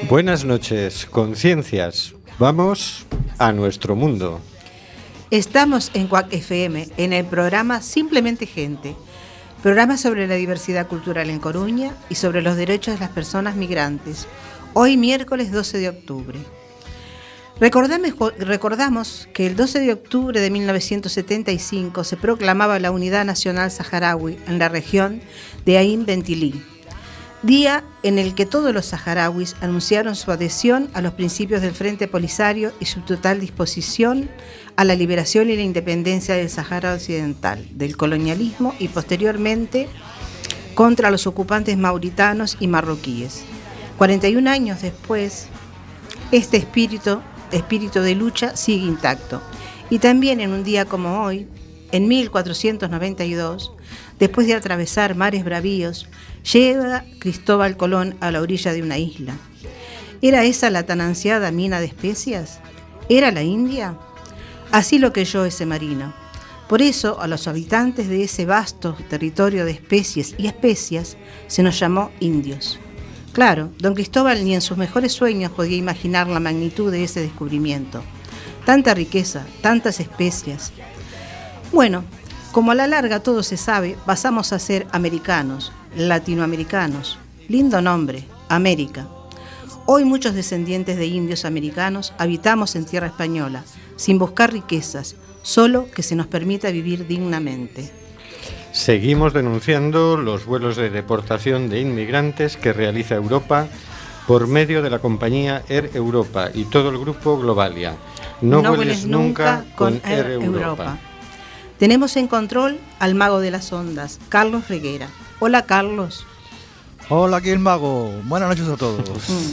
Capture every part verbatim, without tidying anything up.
Buenas noches, conciencias. Vamos a nuestro mundo. Estamos en Cuac F M, en el programa Simplemente Gente, programa sobre la diversidad cultural en Coruña y sobre los derechos de las personas migrantes. Hoy miércoles doce de octubre. Recordamos, recordamos que el doce de octubre de mil novecientos setenta y cinco se proclamaba la unidad nacional saharaui en la región de Ain Bentilí, día en el que todos los saharauis anunciaron su adhesión a los principios del Frente Polisario y su total disposición a la liberación y la independencia del Sahara Occidental, del colonialismo y posteriormente contra los ocupantes mauritanos y marroquíes. cuarenta y un años después, este espíritu, espíritu de lucha sigue intacto. Y también en un día como hoy, en mil cuatrocientos noventa y dos, después de atravesar mares bravíos, llega Cristóbal Colón a la orilla de una isla. ¿Era esa la tan ansiada mina de especias? ¿Era la India? Así lo creyó ese marino. Por eso, a los habitantes de ese vasto territorio de especies y especias se nos llamó indios. Claro, don Cristóbal ni en sus mejores sueños podía imaginar la magnitud de ese descubrimiento. Tanta riqueza, tantas especias. Bueno, como a la larga todo se sabe, pasamos a ser americanos, latinoamericanos. Lindo nombre, América. Hoy muchos descendientes de indios americanos habitamos en tierra española, sin buscar riquezas, solo que se nos permita vivir dignamente. Seguimos denunciando los vuelos de deportación de inmigrantes que realiza Europa por medio de la compañía Air Europa y todo el grupo Globalia. No, no vueles nunca con Air Europa. Europa. Tenemos en control al mago de las ondas, Carlos Reguera. Hola, Carlos. Hola, aquí el mago. Buenas noches a todos.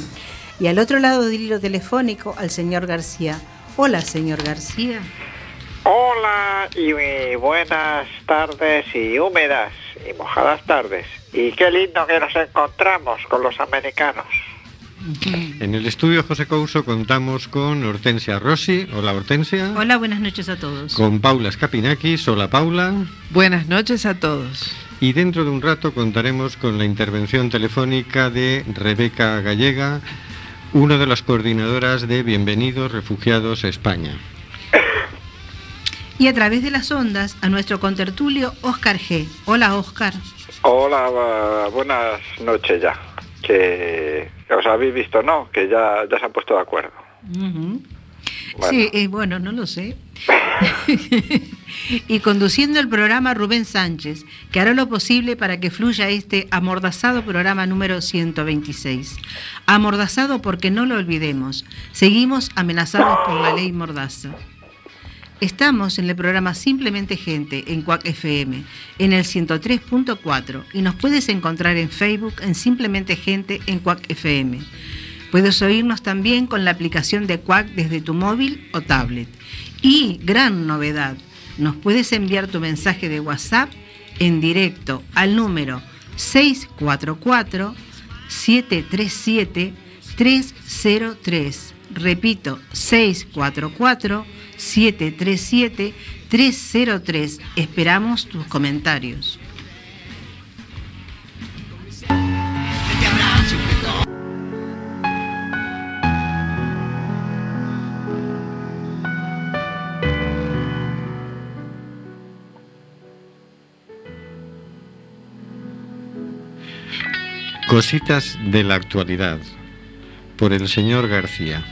Y al otro lado del hilo telefónico, al señor García. Hola, señor García. Hola y buenas tardes y húmedas y mojadas tardes. Y qué lindo que nos encontramos con los americanos. En el estudio José Couso contamos con Hortensia Rossi. Hola, Hortensia. Hola, buenas noches a todos. Con Paula Scapinakis. Hola, Paula. Buenas noches a todos. Y dentro de un rato contaremos con la intervención telefónica de Rebeca Gallega, una de las coordinadoras de Bienvenidos Refugiados a España. Y a través de las ondas a nuestro contertulio Óscar G. Hola, Óscar. Hola, buenas noches ya. Que os habéis visto, ¿no? Que ya, ya se han puesto de acuerdo. Uh-huh. Bueno. Sí, eh, bueno, no lo sé. Y conduciendo el programa Rubén Sánchez, que hará lo posible para que fluya este amordazado programa número ciento veintiséis. Amordazado porque no lo olvidemos, seguimos amenazados por la ley Mordaza. Estamos en el programa Simplemente Gente en Cuac F M, en el ciento tres punto cuatro, y nos puedes encontrar en Facebook en Simplemente Gente en Cuac F M. Puedes oírnos también con la aplicación de Cuac desde tu móvil o tablet. Y, gran novedad, nos puedes enviar tu mensaje de WhatsApp en directo al número seis cuatro cuatro, siete tres siete, tres cero tres. Repito, seis cuatro cuatro, siete tres siete, tres cero tres. Esperamos tus comentarios. Cositas de la actualidad, por el señor García.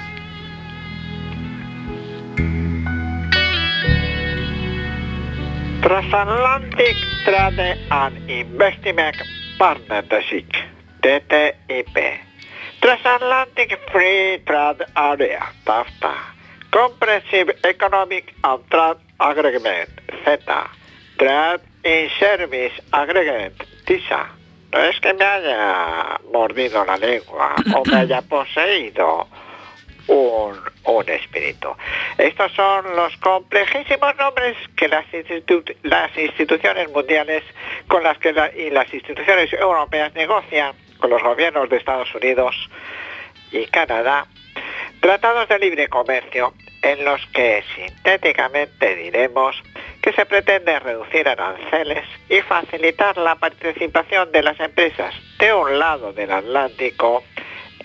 Transatlantic Trade and Investment Partnership, T T I P. Transatlantic Free Trade Area, T A F T A. Comprehensive Economic and Trade Agreement, C E T A. Trade in Service Agreement, T I S A. No es que me haya mordido la lengua o me haya poseído un, un espíritu. Estos son los complejísimos nombres que las, institu- las instituciones mundiales con las que la, y las instituciones europeas negocian con los gobiernos de Estados Unidos y Canadá tratados de libre comercio en los que sintéticamente diremos que se pretende reducir aranceles y facilitar la participación de las empresas de un lado del Atlántico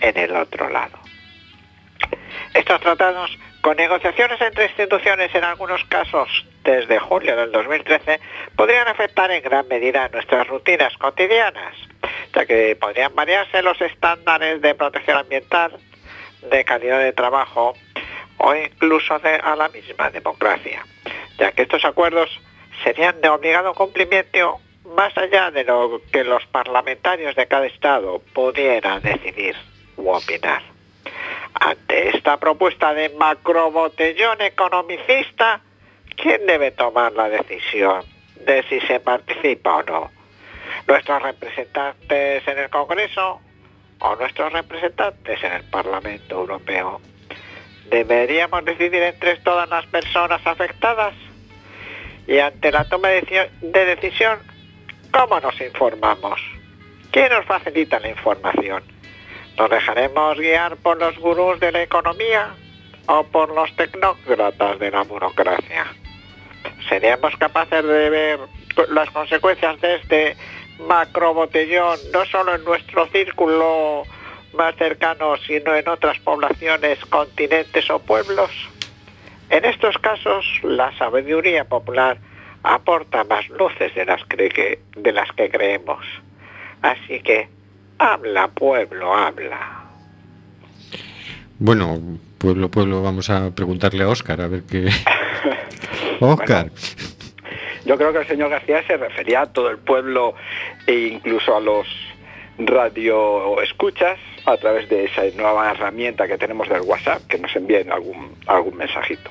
en el otro lado. Estos tratados, con negociaciones entre instituciones en algunos casos desde julio del dos mil trece, podrían afectar en gran medida nuestras rutinas cotidianas, ya que podrían variarse los estándares de protección ambiental, de calidad de trabajo o incluso de, a la misma democracia, ya que estos acuerdos serían de obligado cumplimiento más allá de lo que los parlamentarios de cada estado pudieran decidir u opinar. Ante esta propuesta de macrobotellón economicista, ¿quién debe tomar la decisión de si se participa o no? ¿Nuestros representantes en el Congreso o nuestros representantes en el Parlamento Europeo? ¿Deberíamos decidir entre todas las personas afectadas? Y ante la toma de decisión, ¿cómo nos informamos? ¿Quién nos facilita la información? ¿Nos dejaremos guiar por los gurús de la economía o por los tecnócratas de la burocracia? ¿Seríamos capaces de ver las consecuencias de este macrobotellón no solo en nuestro círculo más cercano, sino en otras poblaciones, continentes o pueblos? En estos casos, la sabiduría popular aporta más luces de las que, de las que creemos. Así que, habla, pueblo, habla. Bueno, pueblo, pueblo, vamos a preguntarle a Óscar, a ver qué... Óscar. Bueno, yo creo que el señor García se refería a todo el pueblo e incluso a los radioescuchas a través de esa nueva herramienta que tenemos del WhatsApp, que nos envíen algún, algún mensajito.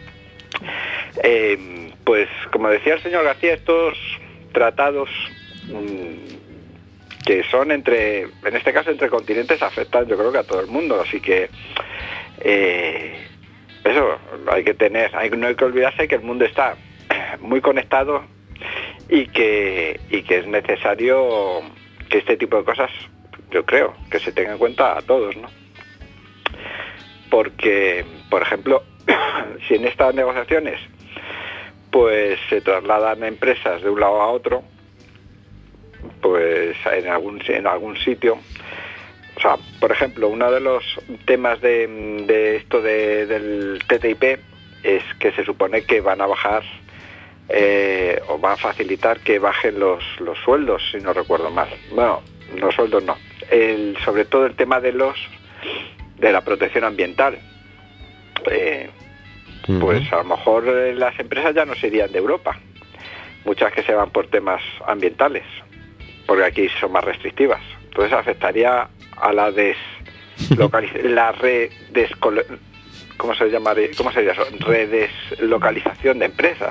Eh, pues como decía el señor García, estos tratados mmm, que son entre, en este caso entre continentes, afectan yo creo que a todo el mundo, así que eh, eso hay que tener, hay, no hay que olvidarse que el mundo está muy conectado y que, y que es necesario que este tipo de cosas, yo creo, que se tenga en cuenta a todos, ¿no? Porque, por ejemplo, si en estas negociaciones pues se trasladan empresas de un lado a otro, pues en algún en algún sitio, o sea, por ejemplo, uno de los temas de, de esto de, del T T I P es que se supone que van a bajar eh, o va a facilitar que bajen los, los sueldos, si no recuerdo mal. Bueno, los sueldos no. El, sobre todo el tema de los de la protección ambiental. Eh, uh-huh. Pues a lo mejor las empresas ya no se irían de Europa. Muchas que se van por temas ambientales, porque aquí son más restrictivas. Entonces afectaría a la deslocalización, la redescol... ¿Cómo se llamaría? ¿Cómo sería eso? Redeslocalización de empresas.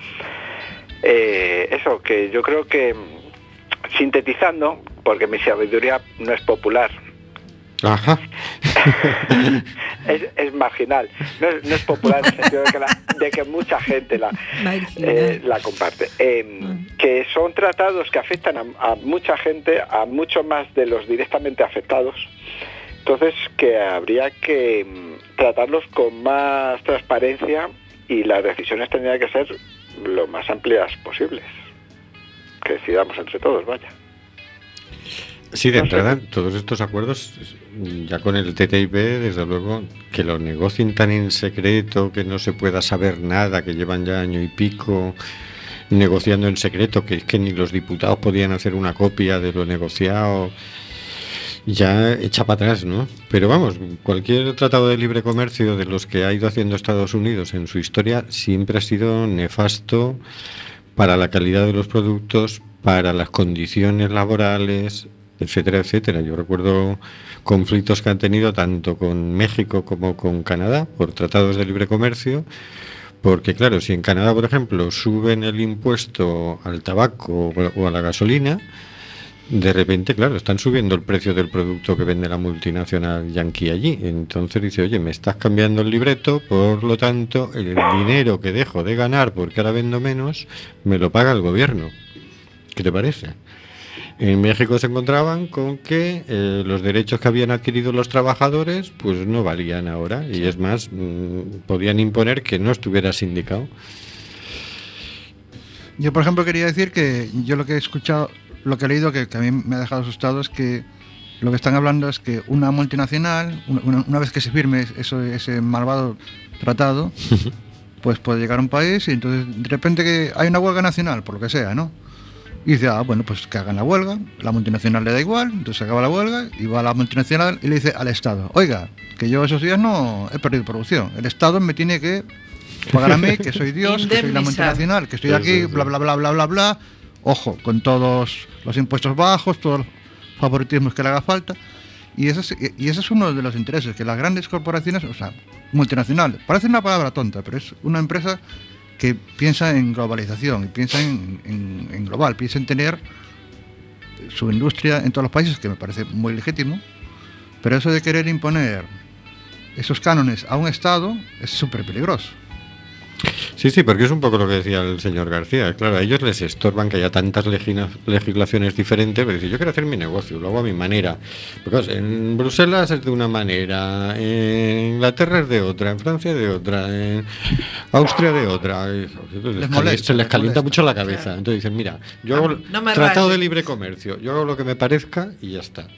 Eh, eso, que yo creo que, sintetizando, porque mi sabiduría no es popular, Ajá. es, es marginal, no es, no es popular en el sentido de que, la, de que mucha gente la, eh, la comparte, eh, mm. que son tratados que afectan a, a mucha gente, a mucho más de los directamente afectados. Entonces que habría que tratarlos con más transparencia y las decisiones tendrían que ser lo más amplias posibles, que decidamos entre todos, vaya. Sí, de entrada, todos estos acuerdos, ya con el T T I P, desde luego, que lo negocien tan en secreto, que no se pueda saber nada, que llevan ya año y pico negociando en secreto, que es que ni los diputados podían hacer una copia de lo negociado, ya echa para atrás, ¿no? Pero vamos, cualquier tratado de libre comercio de los que ha ido haciendo Estados Unidos en su historia siempre ha sido nefasto para la calidad de los productos, para las condiciones laborales, etcétera, etcétera. Yo recuerdo conflictos que han tenido tanto con México como con Canadá por tratados de libre comercio, porque claro, si en Canadá, por ejemplo, suben el impuesto al tabaco o a la gasolina, de repente, claro, están subiendo el precio del producto que vende la multinacional yanqui allí. Entonces dice, oye, me estás cambiando el libreto, por lo tanto, el dinero que dejo de ganar porque ahora vendo menos, me lo paga el gobierno. ¿Qué te parece? En México se encontraban con que eh, los derechos que habían adquirido los trabajadores pues no valían ahora, y es más, mmm, podían imponer que no estuviera sindicado. Yo, por ejemplo, quería decir que yo lo que he escuchado, lo que he leído, que, que a mí me ha dejado asustado, es que lo que están hablando es que una multinacional, una, una vez que se firme eso, ese malvado tratado, pues puede llegar a un país y entonces de repente que hay una huelga nacional, por lo que sea, ¿no? Y dice, ah, bueno, pues que hagan la huelga, la multinacional le da igual, entonces acaba la huelga y va a la multinacional y le dice al Estado, oiga, que yo esos días no he perdido producción, el Estado me tiene que pagar a mí, que soy Dios, que soy la multinacional, que estoy aquí, bla, bla, bla, bla, bla, bla, ojo, con todos los impuestos bajos, todos los favoritismos que le haga falta, y ese, es, y ese es uno de los intereses, que las grandes corporaciones, o sea, multinacionales, parece una palabra tonta, pero es una empresa que piensa en globalización y piensa en, en, en global, piensa en tener su industria en todos los países, que me parece muy legítimo, pero eso de querer imponer esos cánones a un Estado es súper peligroso. Sí, sí, porque es un poco lo que decía el señor García. Claro, a ellos les estorban que haya tantas legina- legislaciones diferentes, pero dicen, yo quiero hacer mi negocio, lo hago a mi manera. Porque en Bruselas es de una manera, en Inglaterra es de otra, en Francia de otra, en Austria de otra. Les Les molesta, se les les calienta molesta. mucho la cabeza. Entonces dicen, mira, yo hago no me tratado rayes. de libre comercio, yo hago lo que me parezca y ya está.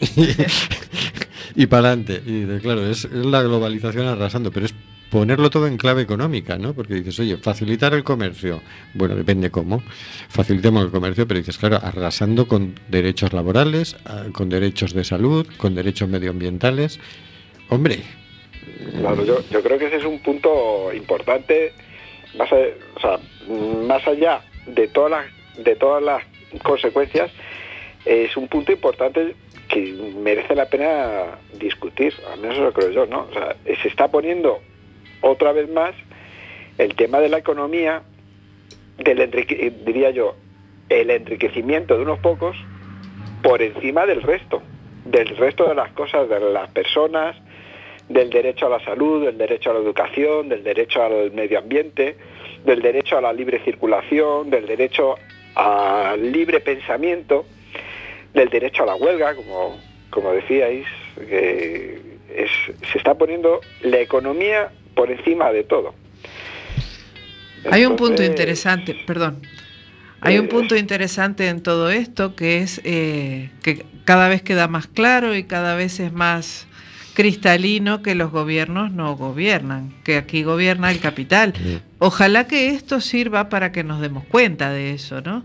Y para adelante. Y dice, claro, es, es la globalización arrasando, pero es ponerlo todo en clave económica, ¿no? Porque dices, oye, facilitar el comercio. Bueno, depende cómo. Facilitemos el comercio, pero dices, claro, arrasando con derechos laborales, con derechos de salud, con derechos medioambientales. Hombre. Claro, yo, yo creo que ese es un punto importante, más, a, o sea, más allá de todas las, de todas las consecuencias, es un punto importante que merece la pena discutir, al menos eso lo creo yo, ¿no? O sea, se está poniendo otra vez más el tema de la economía, del enrique, diría yo, el enriquecimiento de unos pocos por encima del resto, del resto de las cosas, de las personas, del derecho a la salud, del derecho a la educación, del derecho al medio ambiente, del derecho a la libre circulación, del derecho al libre pensamiento, del derecho a la huelga, como, como decíais, que es, se está poniendo la economía por encima de todo. Entonces, hay un punto interesante, perdón, hay eh, un punto interesante en todo esto que es eh, que cada vez queda más claro y cada vez es más cristalino que los gobiernos no gobiernan, que aquí gobierna el capital. Ojalá que esto sirva para que nos demos cuenta de eso, ¿no?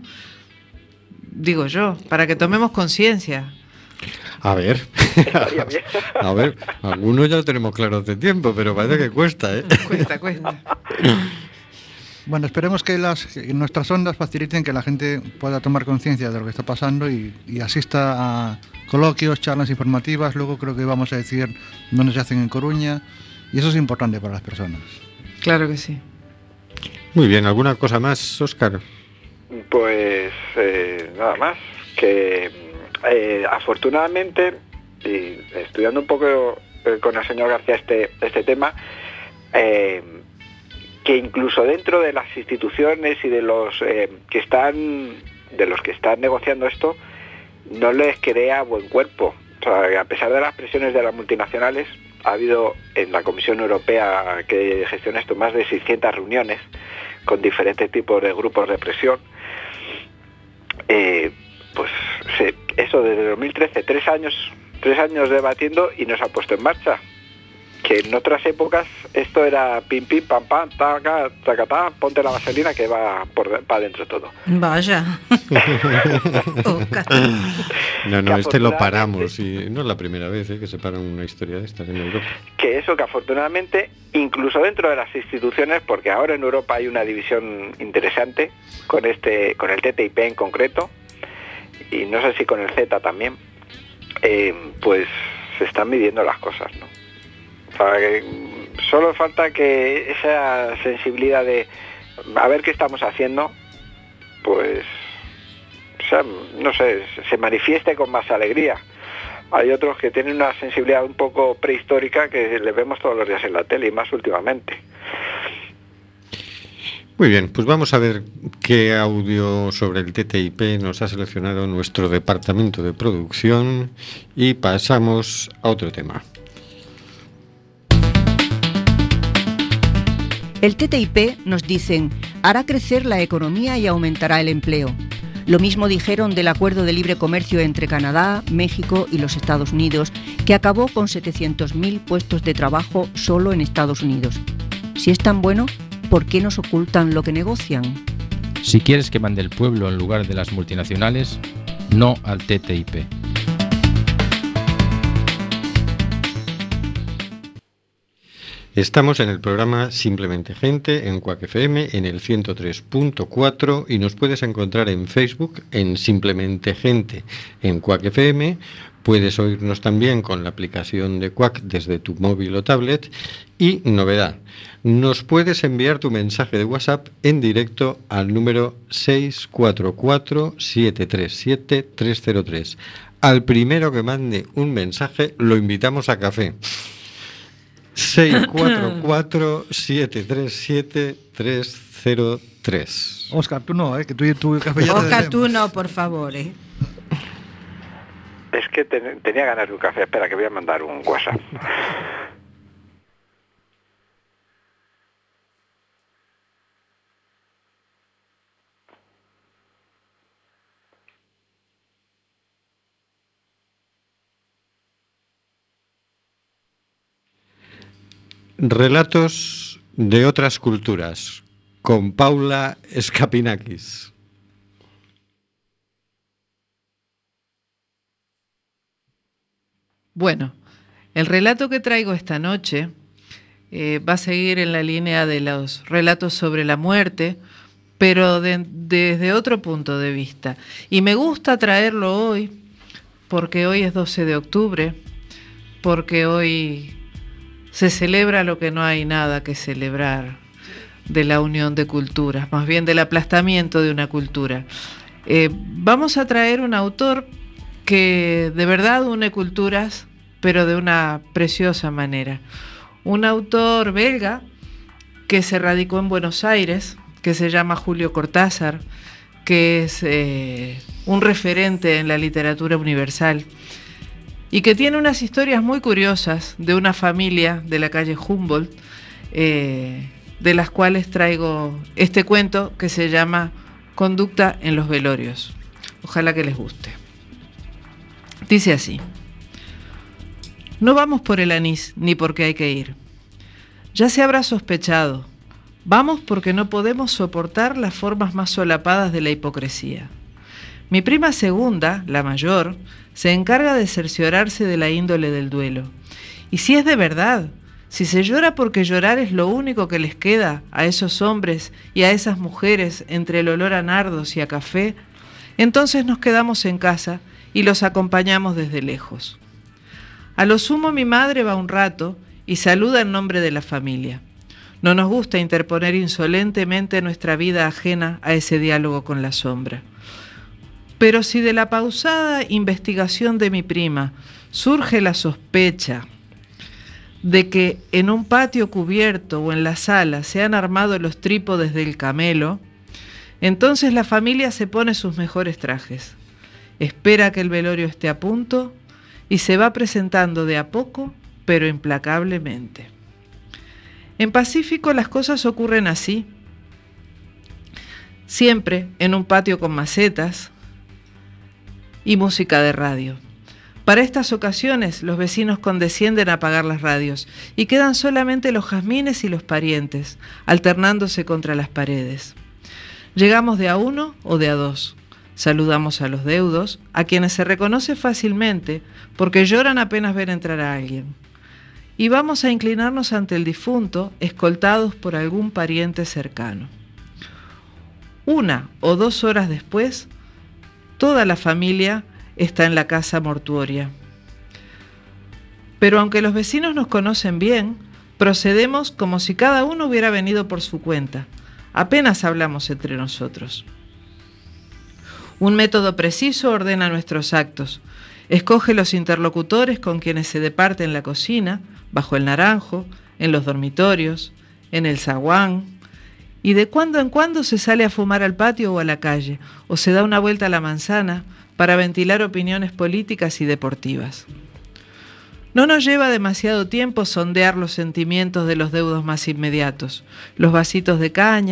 Digo yo, para que tomemos conciencia. A ver, a ver, algunos ya lo tenemos claro hace tiempo, pero parece que cuesta, ¿eh? Cuesta, cuesta. Bueno, esperemos que, las, que nuestras ondas faciliten que la gente pueda tomar conciencia de lo que está pasando y, y asista a coloquios, charlas informativas. Luego creo que vamos a decir dónde se hacen en Coruña y eso es importante para las personas. Claro que sí. Muy bien, ¿alguna cosa más, Óscar? Pues eh, nada más, que eh, afortunadamente, y estudiando un poco eh, con el señor García este, este tema, eh, que incluso dentro de las instituciones y de los eh, que están de los que están negociando esto, no les crea buen cuerpo. O sea, a pesar de las presiones de las multinacionales, ha habido en la Comisión Europea que gestiona esto más de seiscientas reuniones con diferentes tipos de grupos de presión. Eh, pues se, eso desde dos mil trece, tres años, tres años debatiendo y no se ha puesto en marcha. Que en otras épocas esto era pim pim pam pam, taca, tacatá, ponte la vaselina que va por para adentro todo. Vaya. No, no, Que este lo afortunadamente- paramos y no es la primera vez ¿eh? que se para una historia de estas en Europa. Que eso que afortunadamente, incluso dentro de las instituciones, porque ahora en Europa hay una división interesante con este, con el T T I P en concreto, y no sé si con el Z también, eh, pues se están midiendo las cosas, ¿no? O sea, que solo falta que esa sensibilidad de a ver qué estamos haciendo, pues, o sea, no sé, se manifieste con más alegría. Hay otros que tienen una sensibilidad un poco prehistórica que le vemos todos los días en la tele y más últimamente. Muy bien, pues vamos a ver qué audio sobre el T T I P nos ha seleccionado nuestro departamento de producción y pasamos a otro tema. El T T I P, nos dicen, hará crecer la economía y aumentará el empleo. Lo mismo dijeron del acuerdo de libre comercio entre Canadá, México y los Estados Unidos, que acabó con setecientos mil puestos de trabajo solo en Estados Unidos. Si es tan bueno, ¿por qué nos ocultan lo que negocian? Si quieres que mande el pueblo en lugar de las multinacionales, no al T T I P. Estamos en el programa Simplemente Gente en Quack F M en el ciento tres punto cuatro y nos puedes encontrar en Facebook en Simplemente Gente en Quack F M. Puedes oírnos también con la aplicación de Quack desde tu móvil o tablet. Y novedad, nos puedes enviar tu mensaje de WhatsApp en directo al número seis cuatro cuatro, siete tres siete, tres cero tres. Al primero que mande un mensaje lo invitamos a café. seis cuatro cuatro, siete tres siete, tres cero tres. Óscar, tú no, ¿eh? Que tú y tu café ya Óscar, tú no, por favor, ¿eh? Es que ten, tenía ganas de un café. Espera, que voy a mandar un WhatsApp. Relatos de otras culturas con Paula Escapinakis. Bueno, el relato que traigo esta noche eh, va a seguir en la línea de los relatos sobre la muerte, pero de, desde otro punto de vista. Y me gusta traerlo hoy, porque hoy es doce de octubre, porque hoy se celebra lo que no hay nada que celebrar de la unión de culturas, más bien del aplastamiento de una cultura. Eh, vamos a traer un autor que de verdad une culturas, pero de una preciosa manera. Un autor belga que se radicó en Buenos Aires, que se llama Julio Cortázar, que es eh, un referente en la literatura universal y que tiene unas historias muy curiosas de una familia de la calle Humboldt, eh, de las cuales traigo este cuento que se llama Conducta en los velorios. Ojalá que les guste. Dice así: no vamos por el anís, ni porque hay que ir. Ya se habrá sospechado. Vamos porque no podemos soportar las formas más solapadas de la hipocresía. Mi prima segunda, la mayor, se encarga de cerciorarse de la índole del duelo. Y si es de verdad, si se llora porque llorar es lo único que les queda a esos hombres y a esas mujeres entre el olor a nardos y a café, entonces nos quedamos en casa y los acompañamos desde lejos. A lo sumo mi madre va un rato y saluda en nombre de la familia. No nos gusta interponer insolentemente nuestra vida ajena a ese diálogo con la sombra. Pero si de la pausada investigación de mi prima surge la sospecha de que en un patio cubierto o en la sala se han armado los trípodes del camelo, entonces la familia se pone sus mejores trajes, espera que el velorio esté a punto y se va presentando de a poco, pero implacablemente. En Pacífico las cosas ocurren así, siempre en un patio con macetas y música de radio. Para estas ocasiones los vecinos condescienden a apagar las radios y quedan solamente los jazmines y los parientes, alternándose contra las paredes. Llegamos de a uno o de a dos. Saludamos a los deudos, a quienes se reconoce fácilmente porque lloran apenas ver entrar a alguien. Y vamos a inclinarnos ante el difunto, escoltados por algún pariente cercano. Una o dos horas después, toda la familia está en la casa mortuoria. Pero aunque los vecinos nos conocen bien, procedemos como si cada uno hubiera venido por su cuenta. Apenas hablamos entre nosotros. Un método preciso ordena nuestros actos. Escoge los interlocutores con quienes se departe en la cocina, bajo el naranjo, en los dormitorios, en el zaguán, y de cuando en cuando se sale a fumar al patio o a la calle, o se da una vuelta a la manzana para ventilar opiniones políticas y deportivas. No nos lleva demasiado tiempo sondear los sentimientos de los deudos más inmediatos, los vasitos de caña,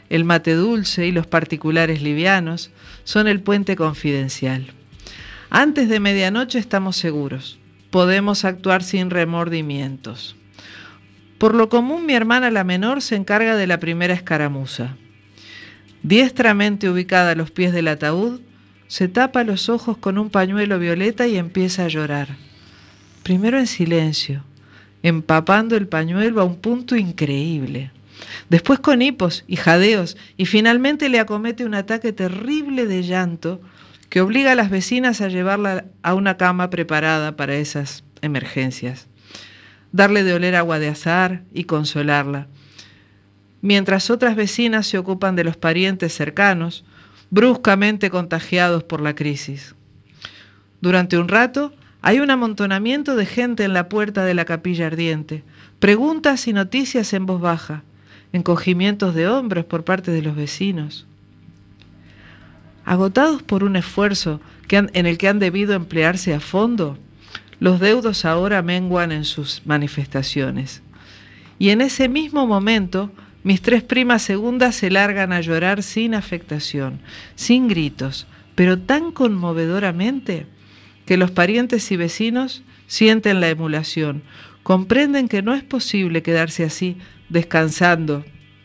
el mate dulce y los particulares livianos son el puente confidencial. Antes de medianoche estamos seguros. Podemos actuar sin remordimientos. Por lo común, mi hermana la menor se encarga de la primera escaramuza. Diestramente ubicada a los pies del ataúd, se tapa los ojos con un pañuelo violeta y empieza a llorar. Primero en silencio, empapando el pañuelo a un punto increíble. Después con hipos y jadeos, y finalmente le acomete un ataque terrible de llanto que obliga a las vecinas a llevarla a una cama preparada para esas emergencias, darle de oler agua de azahar y consolarla, mientras otras vecinas se ocupan de los parientes cercanos, bruscamente contagiados por la crisis. Durante un rato hay un amontonamiento de gente en la puerta de la capilla ardiente, preguntas y noticias en voz baja, encogimientos de hombros por parte de los vecinos. Agotados por un esfuerzo que han, en el que han debido emplearse a fondo, los deudos ahora menguan en sus manifestaciones. Y en ese mismo momento, mis tres primas segundas se largan a llorar sin afectación, sin gritos, pero tan conmovedoramente que los parientes y vecinos sienten la emulación, comprenden que no es posible quedarse así, descansando.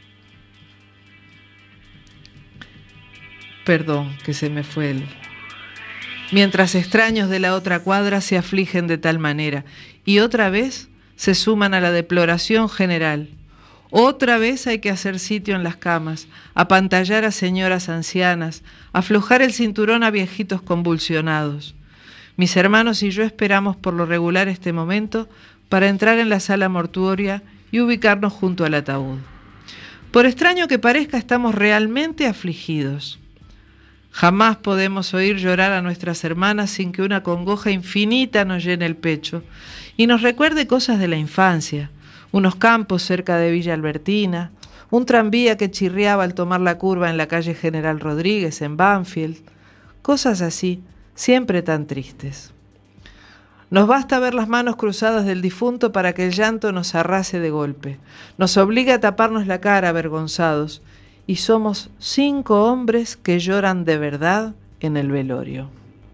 Perdón, que se me fue el... Mientras extraños de la otra cuadra se afligen de tal manera, y otra vez se suman a la deploración general. Otra vez hay que hacer sitio en las camas, apantallar a señoras ancianas, aflojar el cinturón a viejitos convulsionados. Mis hermanos y yo esperamos por lo regular este momento para entrar en la sala mortuoria y ubicarnos junto al ataúd. Por extraño que parezca, estamos realmente afligidos. Jamás podemos oír llorar a nuestras hermanas sin que una congoja infinita nos llene el pecho y nos recuerde cosas de la infancia, unos campos cerca de Villa Albertina, un tranvía que chirriaba al tomar la curva en la calle General Rodríguez, en Banfield, cosas así, siempre tan tristes. Nos basta ver las manos cruzadas del difunto para que el llanto nos arrase de golpe, nos obliga a taparnos la cara avergonzados, y somos cinco hombres que lloran de verdad en el velorio.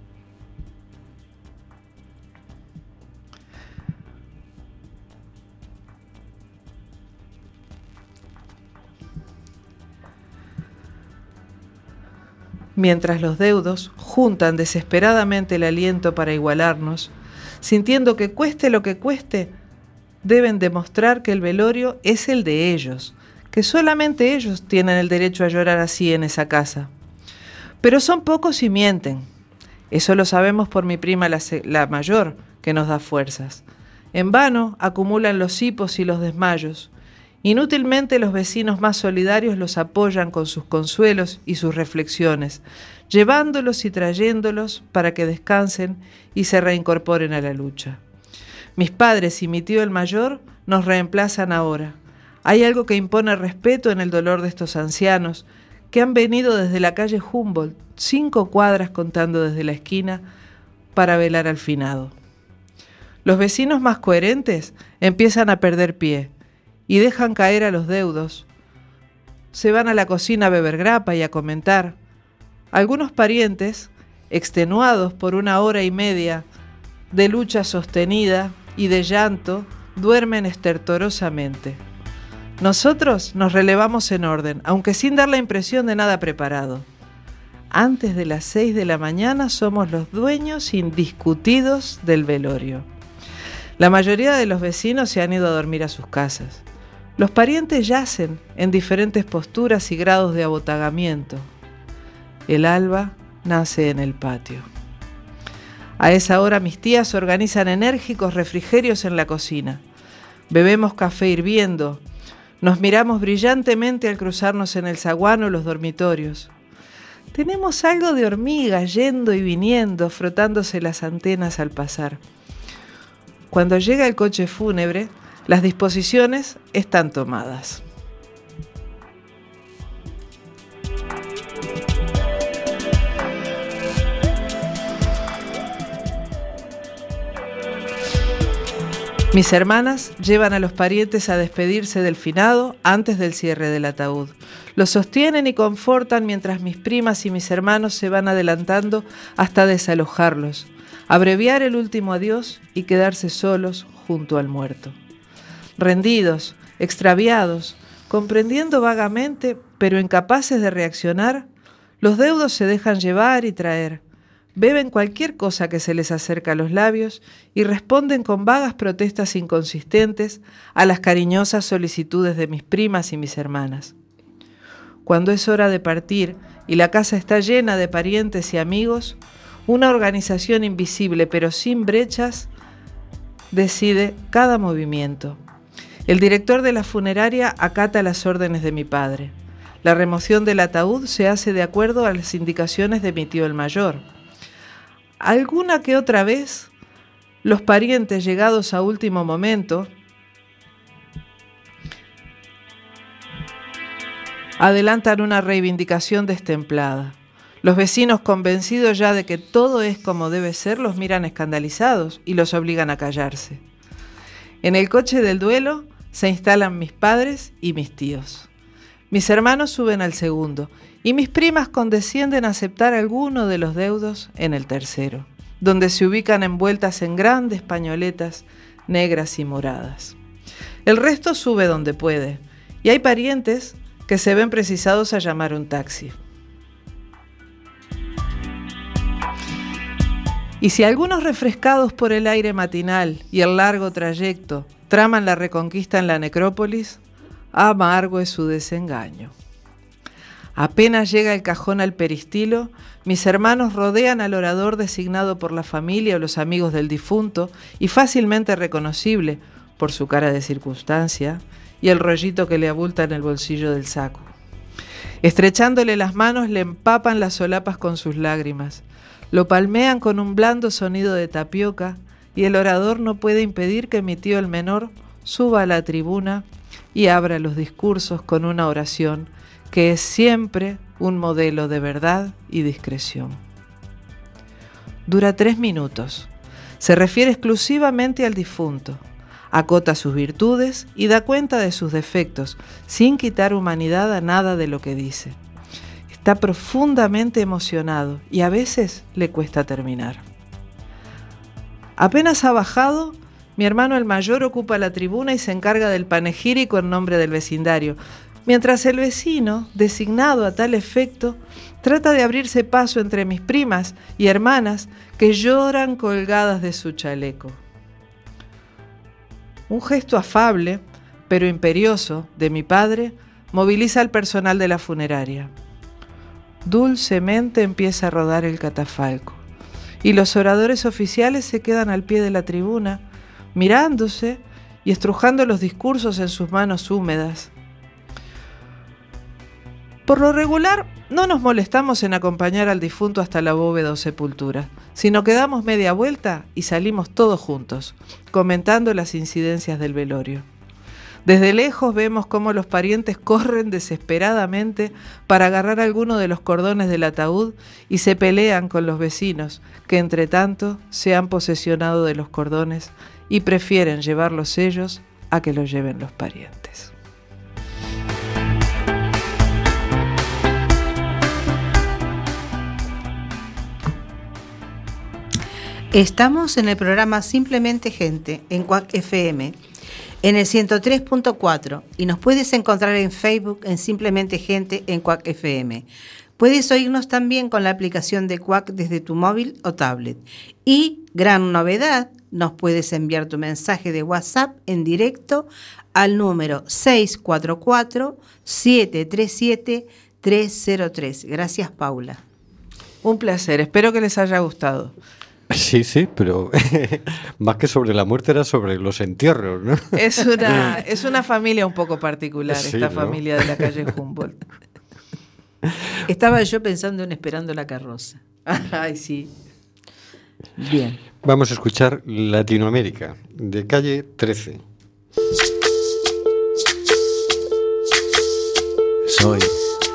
Mientras los deudos juntan desesperadamente el aliento para igualarnos, sintiendo que cueste lo que cueste, deben demostrar que el velorio es el de ellos, que solamente ellos tienen el derecho a llorar así en esa casa. Pero son pocos y mienten. Eso lo sabemos por mi prima la, la mayor, que nos da fuerzas. En vano acumulan los hipos y los desmayos. Inútilmente los vecinos más solidarios los apoyan con sus consuelos y sus reflexiones, llevándolos y trayéndolos para que descansen y se reincorporen a la lucha. Mis padres y mi tío el mayor nos reemplazan ahora. Hay algo que impone respeto en el dolor de estos ancianos que han venido desde la calle Humboldt, cinco cuadras contando desde la esquina, para velar al finado. Los vecinos más coherentes empiezan a perder pie y dejan caer a los deudos. Se van a la cocina a beber grapa y a comentar. Algunos parientes, extenuados por una hora y media de lucha sostenida y de llanto, duermen estertorosamente. Nosotros nos relevamos en orden, aunque sin dar la impresión de nada preparado. Antes de las seis de la mañana somos los dueños indiscutidos del velorio. La mayoría de los vecinos se han ido a dormir a sus casas. Los parientes yacen en diferentes posturas y grados de abotagamiento. El alba nace en el patio. A esa hora mis tías organizan enérgicos refrigerios en la cocina. Bebemos café hirviendo. Nos miramos brillantemente al cruzarnos en el zaguán o los dormitorios. Tenemos algo de hormiga yendo y viniendo, frotándose las antenas al pasar. Cuando llega el coche fúnebre, las disposiciones están tomadas. Mis hermanas llevan a los parientes a despedirse del finado antes del cierre del ataúd. Los sostienen y confortan mientras mis primas y mis hermanos se van adelantando hasta desalojarlos, abreviar el último adiós y quedarse solos junto al muerto. Rendidos, extraviados, comprendiendo vagamente, pero incapaces de reaccionar, los deudos se dejan llevar y traer, beben cualquier cosa que se les acerca a los labios y responden con vagas protestas inconsistentes a las cariñosas solicitudes de mis primas y mis hermanas. Cuando es hora de partir y la casa está llena de parientes y amigos, una organización invisible pero sin brechas decide cada movimiento. El director de la funeraria acata las órdenes de mi padre. La remoción del ataúd se hace de acuerdo a las indicaciones de mi tío el mayor. Alguna que otra vez, los parientes llegados a último momento adelantan una reivindicación destemplada. Los vecinos, convencidos ya de que todo es como debe ser, los miran escandalizados y los obligan a callarse. En el coche del duelo se instalan mis padres y mis tíos. Mis hermanos suben al segundo y mis primas condescienden a aceptar alguno de los deudos en el tercero, donde se ubican envueltas en grandes pañoletas negras y moradas. El resto sube donde puede y hay parientes que se ven precisados a llamar un taxi. Y si algunos refrescados por el aire matinal y el largo trayecto traman la reconquista en la necrópolis, amargo es su desengaño. Apenas llega el cajón al peristilo, mis hermanos rodean al orador designado por la familia o los amigos del difunto y fácilmente reconocible por su cara de circunstancia y el rollito que le abulta en el bolsillo del saco. Estrechándole las manos, le empapan las solapas con sus lágrimas. Lo palmean con un blando sonido de tapioca y el orador no puede impedir que mi tío el menor suba a la tribuna y abra los discursos con una oración que es siempre un modelo de verdad y discreción. Dura tres minutos. Se refiere exclusivamente al difunto, acota sus virtudes y da cuenta de sus defectos, sin quitar humanidad a nada de lo que dice. Está profundamente emocionado y a veces le cuesta terminar. Apenas ha bajado, mi hermano el mayor ocupa la tribuna y se encarga del panegírico en nombre del vecindario, mientras el vecino, designado a tal efecto, trata de abrirse paso entre mis primas y hermanas que lloran colgadas de su chaleco. Un gesto afable, pero imperioso, de mi padre, moviliza al personal de la funeraria. Dulcemente empieza a rodar el catafalco, y los oradores oficiales se quedan al pie de la tribuna, mirándose y estrujando los discursos en sus manos húmedas. Por lo regular, no nos molestamos en acompañar al difunto hasta la bóveda o sepultura, sino que damos media vuelta y salimos todos juntos, comentando las incidencias del velorio. Desde lejos vemos cómo los parientes corren desesperadamente para agarrar alguno de los cordones del ataúd y se pelean con los vecinos, que entre tanto se han posesionado de los cordones y prefieren llevarlos ellos a que los lleven los parientes. Estamos en el programa Simplemente Gente, en Cuac F M, en el ciento tres punto cuatro, y nos puedes encontrar en Facebook en Simplemente Gente en Cuac F M. Puedes oírnos también con la aplicación de Cuac desde tu móvil o tablet. Y, gran novedad, nos puedes enviar tu mensaje de WhatsApp en directo al número seis cuatro cuatro, siete tres siete, tres cero tres. Gracias, Paula. Un placer, espero que les haya gustado. Sí, sí, pero más que sobre la muerte era sobre los entierros, ¿no? Es una, es una familia un poco particular, sí, esta ¿no? familia de la calle Humboldt. Estaba yo pensando en Esperando la carroza. Ay, sí. Bien. Vamos a escuchar Latinoamérica, de Calle trece. Soy,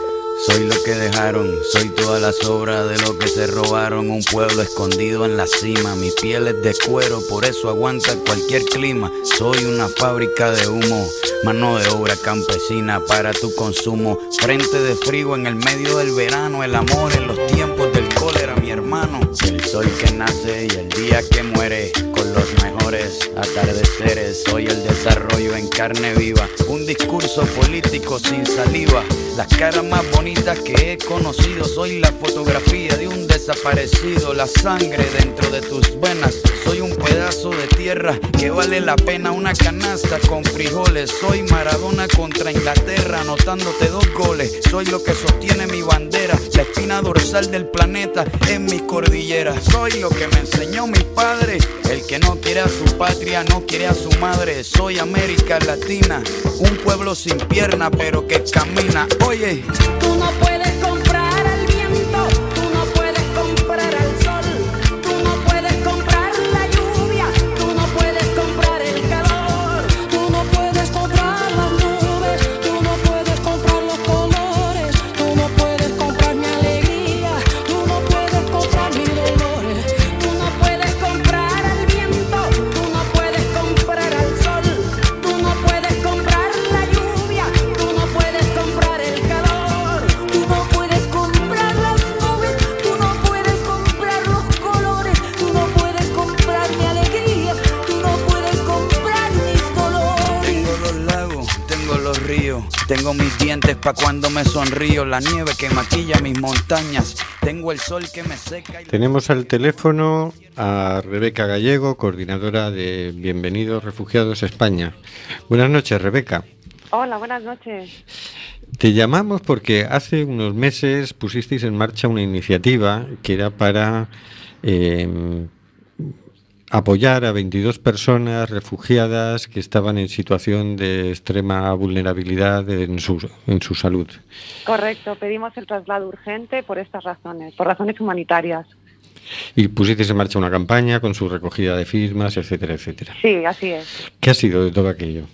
soy lo que dejaron, soy toda la sobra de lo que se robaron. Un pueblo escondido en la cima, mi piel es de cuero, por eso aguanta cualquier clima. Soy una fábrica de humo, mano de obra campesina para tu consumo. Frente de frío en el medio del verano, el amor en los tiempos del cólera, mi hermano. El sol que nace y el día que muere, con los mejores atardeceres. Soy el desarrollo en carne viva, un discurso político sin saliva. Las caras más bonitas que he conocido, soy la fotografía de un desaparecido. La sangre dentro de tus venas, soy un pedazo de tierra que vale la pena una canasta con frijoles. Soy Maradona contra Inglaterra, anotándote dos goles. Soy lo que sostiene mi bandera, la espina dorsal del planeta en mi cordillera. Soy lo que me enseñó mi padre, el que no quiere a su patria no quiere a su madre. Soy América Latina, un pueblo sin pierna pero que camina. Oye, tú no puedes comprar al viento, tú no puedes comprar al sol, tú no puedes comprar la lluvia, tú no puedes comprar el calor, tú no puedes comprar las nubes, tú no puedes comprar los colores, tú no puedes comprar mi alegría, tú no puedes comprar mis dolores, tú no puedes comprar al viento, tú no puedes comprar al sol, tú no puedes comprar la lluvia, tú no puedes comprar el calor, tú no puedes comprar las nubes, tú no puedes comprar los colores, tú no puedes comprar mi alegría, tú no puedes comprar mis dolores. tengo los lagos, tengo los ríos, tengo mis dientes pa' cuando me sonrío, la nieve que maquilla mis montañas, tengo el sol que me seca y... Tenemos al teléfono a Rebeca Gallego, coordinadora de Bienvenidos Refugiados España. Buenas noches, Rebeca. Hola, buenas noches. Te llamamos porque hace unos meses pusisteis en marcha una iniciativa que era para eh, apoyar a veintidós personas refugiadas que estaban en situación de extrema vulnerabilidad en su, en su salud. Correcto, pedimos el traslado urgente por estas razones, por razones humanitarias. Y pusisteis en marcha una campaña con su recogida de firmas, etcétera, etcétera. Sí, así es. ¿Qué ha sido de todo aquello?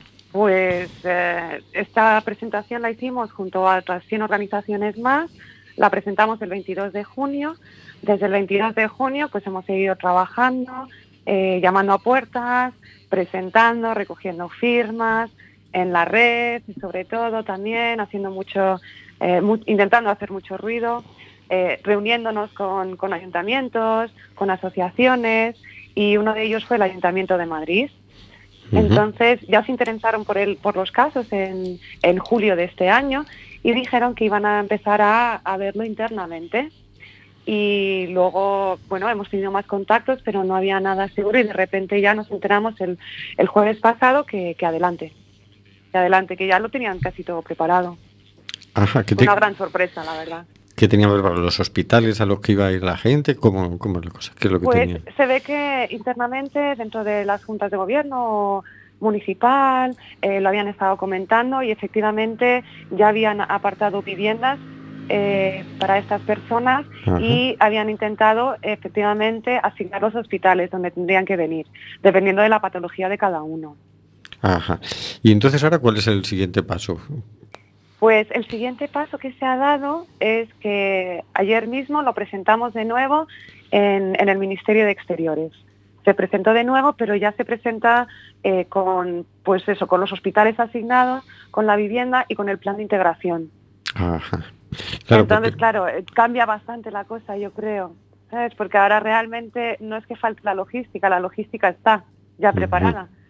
Pues eh, esta presentación la hicimos junto a otras cien organizaciones más, la presentamos el veintidós de junio, desde el veintidós de junio pues hemos seguido trabajando, eh, llamando a puertas, presentando, recogiendo firmas en la red y sobre todo también haciendo mucho, eh, mu- intentando hacer mucho ruido, eh, reuniéndonos con, con ayuntamientos, con asociaciones y uno de ellos fue el Ayuntamiento de Madrid. Entonces ya se interesaron por el, por los casos en, en julio de este año y dijeron que iban a empezar a, a verlo internamente. Y luego, bueno, hemos tenido más contactos, pero no había nada seguro y de repente ya nos enteramos el, el jueves pasado que, que adelante, que adelante, que ya lo tenían casi todo preparado. Ajá, ¿qué te... Una gran sorpresa, la verdad. ¿Qué teníamos para los hospitales a los que iba a ir la gente? ¿Cómo, cómo es la cosa? ¿Qué es lo que Pues tenían? se ve que internamente dentro de las juntas de gobierno municipal eh, lo habían estado comentando y efectivamente ya habían apartado viviendas eh, para estas personas. Ajá. Y habían intentado efectivamente asignar los hospitales donde tendrían que venir, dependiendo de la patología de cada uno. Ajá. Y entonces ahora, ¿cuál es el siguiente paso? Pues el siguiente paso que se ha dado es que ayer mismo lo presentamos de nuevo en, en el Ministerio de Exteriores. Se presentó de nuevo, pero ya se presenta eh, con, pues eso, con los hospitales asignados, con la vivienda y con el plan de integración. Ajá. Claro, Entonces, porque... claro, cambia bastante la cosa, yo creo, ¿sabes? Porque ahora realmente no es que falte la logística, la logística está ya preparada. Uh-huh.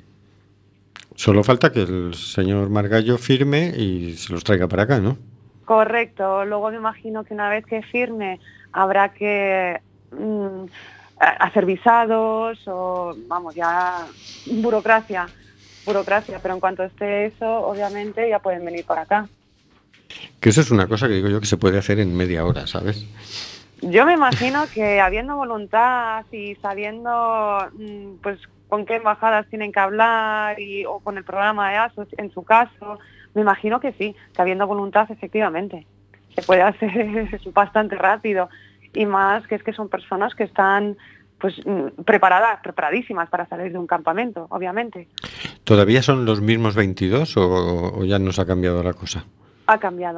Solo falta que el señor Margallo firme y se los traiga para acá, ¿no? Correcto. Luego me imagino que una vez que firme habrá que mmm, hacer visados o, vamos, ya burocracia, burocracia. Pero en cuanto esté eso, obviamente ya pueden venir para acá. Que eso es una cosa que digo yo que se puede hacer en media hora, ¿sabes? Yo me imagino que habiendo voluntad y sabiendo, pues, con qué embajadas tienen que hablar y, o con el programa de A S O, en su caso, me imagino que sí, que habiendo voluntad, efectivamente, se puede hacer bastante rápido. Y más que es que son personas que están pues preparadas, preparadísimas para salir de un campamento, obviamente. ¿Todavía son los mismos veintidós o, o ya nos ha cambiado la cosa? Ha cambiado.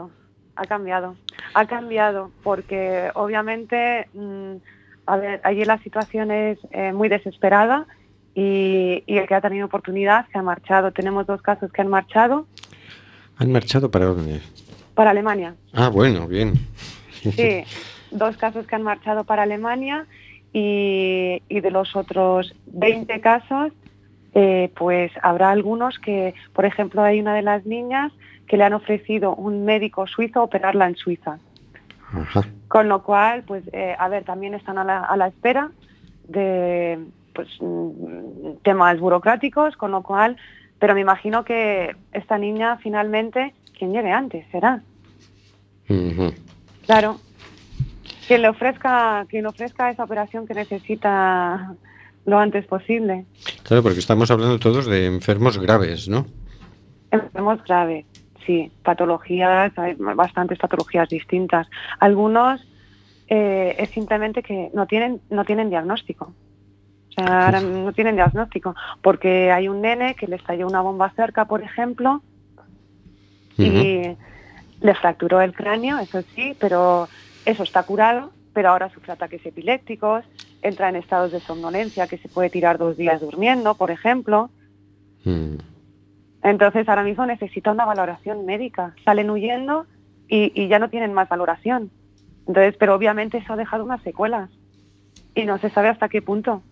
ha cambiado. Ha cambiado porque obviamente, mmm, a ver, allí la situación es eh, muy desesperada y, y el que ha tenido oportunidad se ha marchado. Tenemos dos casos que han marchado. ¿Han marchado para dónde? Para Alemania. Ah, bueno, bien. Sí, dos casos que han marchado para Alemania y, y de los otros veinte casos, eh, pues habrá algunos que, por ejemplo, hay una de las niñas que le han ofrecido un médico suizo operarla en Suiza. Ajá. Con lo cual, pues, eh, a ver, también están a la, a la espera de pues, temas burocráticos, con lo cual, pero me imagino que esta niña finalmente, quien llegue antes, será. Uh-huh. Claro. Quien le ofrezca, quien le ofrezca esa operación que necesita lo antes posible. Claro, porque estamos hablando todos de enfermos graves, ¿no? Enfermos graves, sí. Patologías, hay bastantes patologías distintas. Algunos eh, es simplemente que no tienen, no tienen diagnóstico. O sea, ahora no tienen diagnóstico. Porque hay un nene que le estalló una bomba cerca, por ejemplo, uh-huh. y le fracturó el cráneo, eso sí, pero eso está curado, pero ahora sufre ataques epilépticos, entra en estados de somnolencia que se puede tirar dos días durmiendo, por ejemplo. Mm. Entonces ahora mismo necesita una valoración médica. Salen huyendo y, y ya no tienen más valoración. Entonces, pero obviamente eso ha dejado unas secuelas y no se sabe hasta qué punto.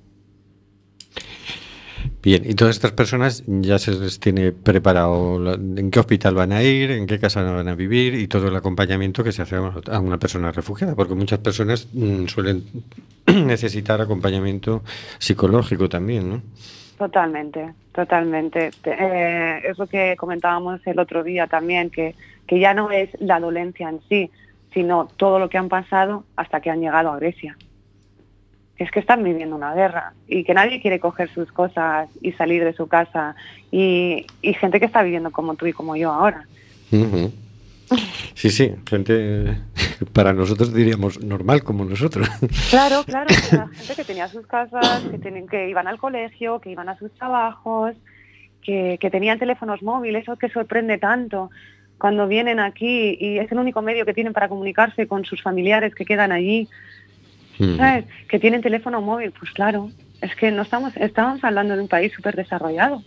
Bien, y todas estas personas ya se les tiene preparado la, en qué hospital van a ir, en qué casa van a vivir y todo el acompañamiento que se hace a una persona refugiada, porque muchas personas mmm, suelen necesitar acompañamiento psicológico también, ¿no? Totalmente, totalmente. Eh, es lo que comentábamos el otro día también, que, que ya no es la dolencia en sí, sino todo lo que han pasado hasta que han llegado a Grecia. Es que están viviendo una guerra y que nadie quiere coger sus cosas y salir de su casa y, y gente que está viviendo como tú y como yo ahora. Uh-huh. Sí, sí, gente para nosotros diríamos normal como nosotros. Claro, claro, la gente que tenía sus casas, que, tienen, que iban al colegio, que iban a sus trabajos, que, que tenían teléfonos móviles, eso que sorprende tanto cuando vienen aquí y es el único medio que tienen para comunicarse con sus familiares que quedan allí. ¿Sabes? Que tienen teléfono móvil, pues claro, es que no estamos, estamos hablando de un país súper desarrollado.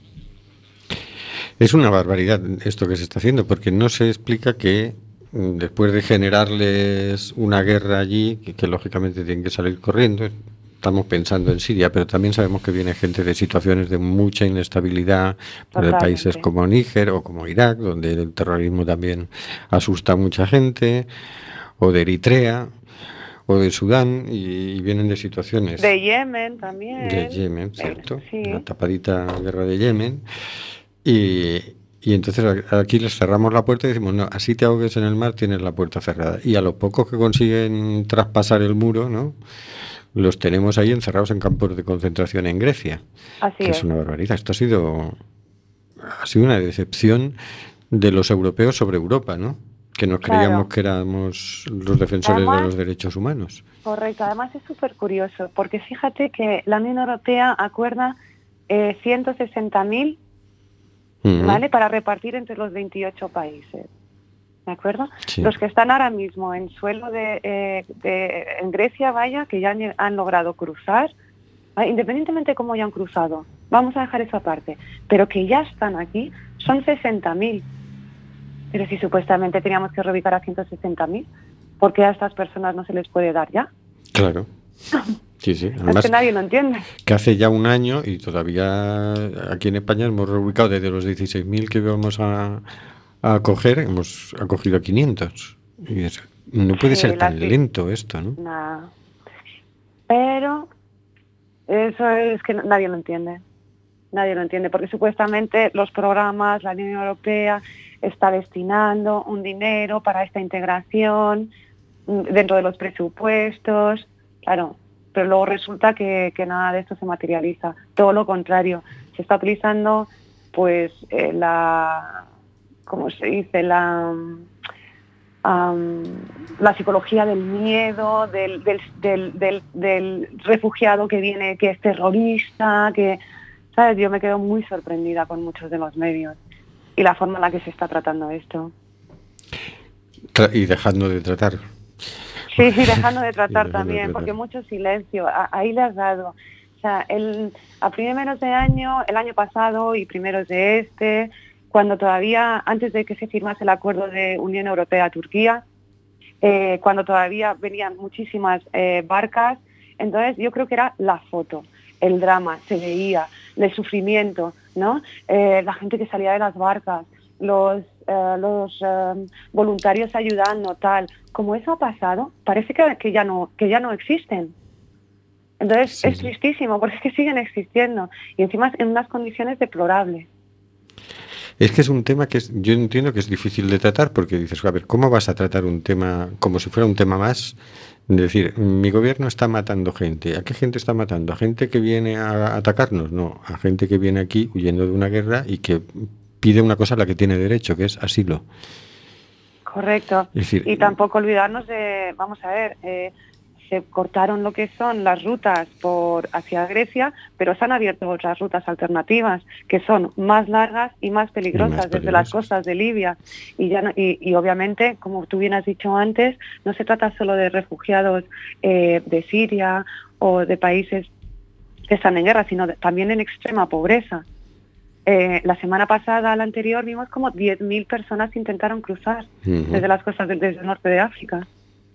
Es una barbaridad esto que se está haciendo, porque no se explica que después de generarles una guerra allí, que, que lógicamente tienen que salir corriendo, estamos pensando en Siria, pero también sabemos que viene gente de situaciones de mucha inestabilidad, pues de países como Níger o como Irak, donde el terrorismo también asusta a mucha gente, o de Eritrea, o de Sudán, y, y vienen de situaciones... De Yemen también. De Yemen, cierto. Sí. La tapadita guerra de Yemen. Y, y entonces aquí les cerramos la puerta y decimos, no, así te ahogues en el mar, tienes la puerta cerrada. Y a los pocos que consiguen traspasar el muro, ¿no?, los tenemos ahí encerrados en campos de concentración en Grecia. Así que es. Es una barbaridad. Esto ha sido, ha sido una decepción de los europeos sobre Europa, ¿no?, que nos Claro. creíamos que éramos los defensores Además, de los derechos humanos. Correcto, además es súper curioso, porque fíjate que la Unión Europea acuerda eh, ciento sesenta mil, Uh-huh. ¿vale?, para repartir entre los veintiocho países, ¿de acuerdo? Sí. Los que están ahora mismo en suelo de, eh, de en Grecia, vaya, que ya han, han logrado cruzar, ¿vale?, independientemente de cómo hayan cruzado, vamos a dejar eso aparte, pero que ya están aquí, son sesenta mil. Pero si supuestamente teníamos que reubicar a ciento sesenta mil, ¿por qué a estas personas no se les puede dar ya? Claro. Sí, sí. Además, es que nadie lo entiende. Que hace ya un año y todavía aquí en España hemos reubicado desde los dieciséis mil que íbamos a, a acoger, hemos acogido a quinientos. Y eso, no puede Sí, ser tan la- lento esto, ¿no? Nada. Pero eso es que nadie lo entiende. Nadie lo entiende, porque supuestamente los programas, la Unión Europea está destinando un dinero para esta integración mm, dentro de los presupuestos, claro, pero luego resulta que, que nada de esto se materializa. Todo lo contrario, se está utilizando pues eh, la, ¿cómo se dice? La, um, la psicología del miedo, del, del, del, del, del refugiado que viene, que es terrorista, que, ¿sabes? Yo me quedo muy sorprendida con muchos de los medios y la forma en la que se está tratando esto. tra- y dejando de tratar. Sí, y dejando de tratar Y dejando de también, tratar. porque mucho silencio, a- ahí le has dado. O sea, el, a primeros de año, el año pasado y primeros de este, cuando todavía, antes de que se firmase el acuerdo de Unión Europea-Turquía, eh, cuando todavía venían muchísimas eh, barcas, entonces yo creo que era la foto, el drama, se veía, el sufrimiento, ¿no? Eh, la gente que salía de las barcas, los, eh, los eh, voluntarios ayudando, tal. Como eso ha pasado, parece que, que, ya, no, que ya no existen. Entonces Sí, es sí. tristísimo porque es que siguen existiendo y encima en unas condiciones deplorables. Es que es un tema que es, yo entiendo que es difícil de tratar porque dices, a ver, ¿cómo vas a tratar un tema como si fuera un tema más? Es decir, mi gobierno está matando gente. ¿A qué gente está matando? ¿A gente que viene a atacarnos? No, a gente que viene aquí huyendo de una guerra y que pide una cosa a la que tiene derecho, que es asilo. Correcto. Es decir, Y tampoco olvidarnos de, vamos a ver, eh, se cortaron lo que son las rutas por hacia Grecia, pero se han abierto otras rutas alternativas que son más largas y más peligrosas, más desde las peligrosas. costas de Libia. Y, ya no- y, y obviamente, como tú bien has dicho antes, no se trata solo de refugiados eh, de Siria o de países que están en guerra, sino de- también en extrema pobreza. Eh, la semana pasada, la anterior, vimos como diez mil personas intentaron cruzar Ujú. desde las costas del, desde el norte de África.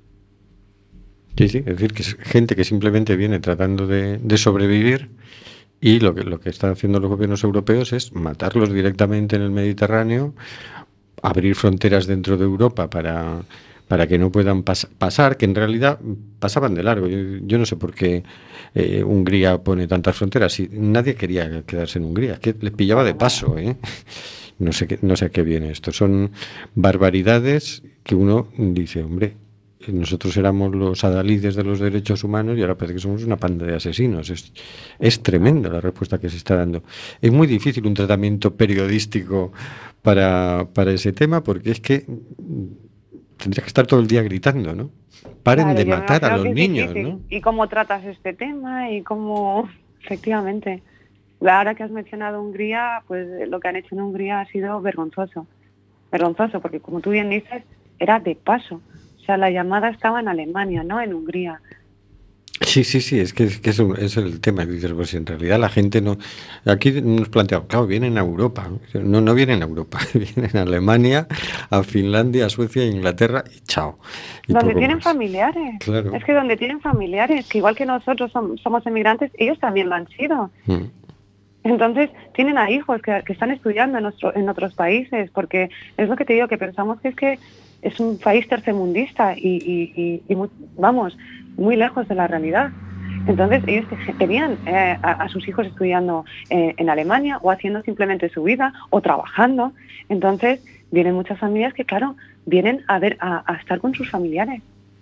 Sí, sí, es decir, que es gente que simplemente viene tratando de, de sobrevivir y lo que, lo que están haciendo los gobiernos europeos es matarlos directamente en el Mediterráneo, abrir fronteras dentro de Europa para, para que no puedan pas- pasar, que en realidad pasaban de largo. Yo, yo no sé por qué eh, Hungría pone tantas fronteras. Si nadie quería quedarse en Hungría, es que les pillaba de paso, ¿eh? No sé, qué, no sé a qué viene esto. Son barbaridades que uno dice, hombre, nosotros éramos los adalides de los derechos humanos y ahora parece que somos una panda de asesinos. Es, es tremenda la respuesta que se está dando. Es muy difícil un tratamiento periodístico para, para ese tema porque es que mm, tendría que estar todo el día gritando, ¿no? Paren Claro, de yo me matar a imagino los que es niños, difícil. ¿no? Y cómo tratas este tema y cómo, efectivamente. Ahora que has mencionado Hungría, pues lo que han hecho en Hungría ha sido vergonzoso. Vergonzoso, porque como tú bien dices, era de paso. O sea, la llamada estaba en Alemania, no en Hungría. Sí, sí, sí, es que, es, que es, un- es el tema. Dices, pues en realidad la gente no. Aquí nos planteamos, claro, vienen a Europa. No, no vienen a Europa, vienen a Alemania, a Finlandia, a Suecia, a Inglaterra y chao. Y Donde poco tienen más. familiares. Claro. Es que donde tienen familiares, que igual que nosotros som- somos emigrantes, ellos también lo han sido. Mm. Entonces, tienen a hijos que, que están estudiando en, nuestro, en otros países, porque es lo que te digo, que pensamos que es que es un país tercermundista y, y, y, y muy- vamos, muy lejos de la realidad. Entonces, ellos te- tenían eh, a, a sus hijos estudiando eh, en Alemania o haciendo simplemente su vida o trabajando. Entonces, vienen muchas familias que, claro, vienen a ver a, a estar con sus familiares.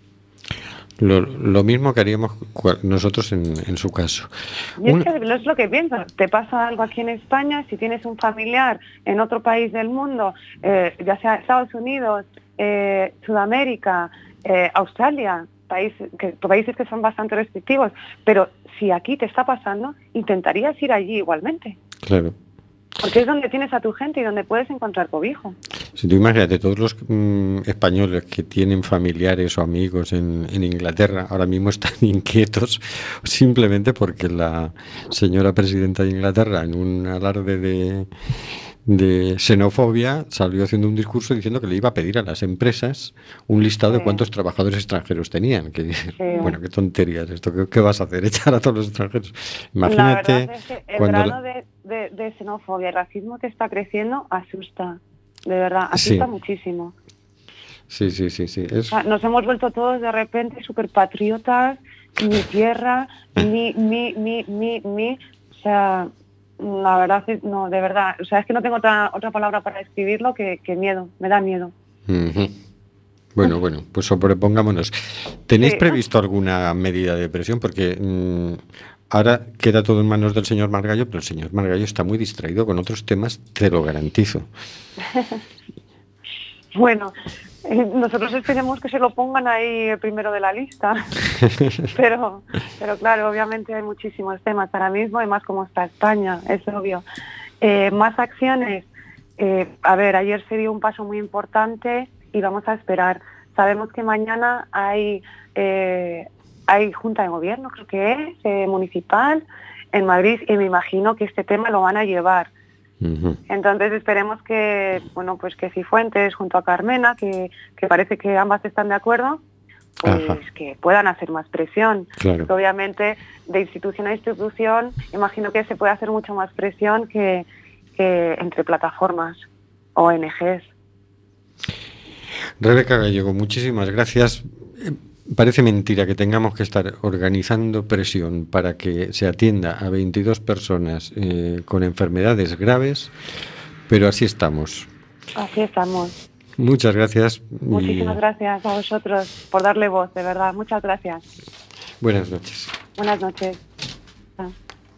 Lo, lo mismo que haríamos cua- nosotros en, en su caso. Y es Una- que es lo que pienso, te pasa algo aquí en España, si tienes un familiar en otro país del mundo, eh, ya sea Estados Unidos, eh, Sudamérica, eh, Australia, país, que, países que son bastante restrictivos, pero si aquí te está pasando, intentarías ir allí igualmente, Claro. porque es donde tienes a tu gente y donde puedes encontrar cobijo. Si tú imagínate, todos los mm, españoles que tienen familiares o amigos en, en Inglaterra ahora mismo están inquietos simplemente porque la señora presidenta de Inglaterra, en un alarde de, de xenofobia, salió haciendo un discurso diciendo que le iba a pedir a las empresas un listado de Sí. cuántos trabajadores extranjeros tenían. Que, Sí. Bueno, qué tonterías esto, ¿qué, qué vas a hacer? ¿Echar a todos los extranjeros? La Imagínate verdad es que el cuando grado la- de, de, de xenofobia y racismo que está creciendo asusta, de verdad, Sí. asusta muchísimo. Sí, sí, sí, sí. Es... Ah, nos hemos vuelto todos de repente súper patriotas, mi tierra, mi, mi, mi, mi, mi. O sea, la verdad, es- no, de verdad. O sea, es que no tengo otra, otra palabra para describirlo que, que miedo, me da miedo. Ujú. Bueno, bueno, pues sobrepongámonos. ¿Tenéis Sí. previsto alguna medida de presión? Porque mm, ahora queda todo en manos del señor Margallo, pero el señor Margallo está muy distraído con otros temas, te lo garantizo. Bueno, eh, nosotros esperemos que se lo pongan ahí el primero de la lista. pero, pero claro, obviamente hay muchísimos temas ahora mismo y más como está España, es obvio. Eh, más acciones. Eh, a ver, ayer se dio un paso muy importante y vamos a esperar. Sabemos que mañana hay, eh, hay Junta de Gobierno, creo que es, eh, municipal en Madrid, y me imagino que este tema lo van a llevar. Uh-huh. Entonces esperemos que, bueno, pues que Cifuentes junto a Carmena, que, que parece que ambas están de acuerdo, pues Ajá. que puedan hacer más presión. Claro. Obviamente, de institución a institución, imagino que se puede hacer mucho más presión que, que entre plataformas, O N Ges. Rebeca Gallego, muchísimas gracias. Parece mentira que tengamos que estar organizando presión para que se atienda a veintidós personas eh, con enfermedades graves, pero así estamos. Así estamos. Muchas gracias. Muchísimas y... gracias a vosotros por darle voz, de verdad. Muchas gracias. Buenas noches. Buenas noches. Ah.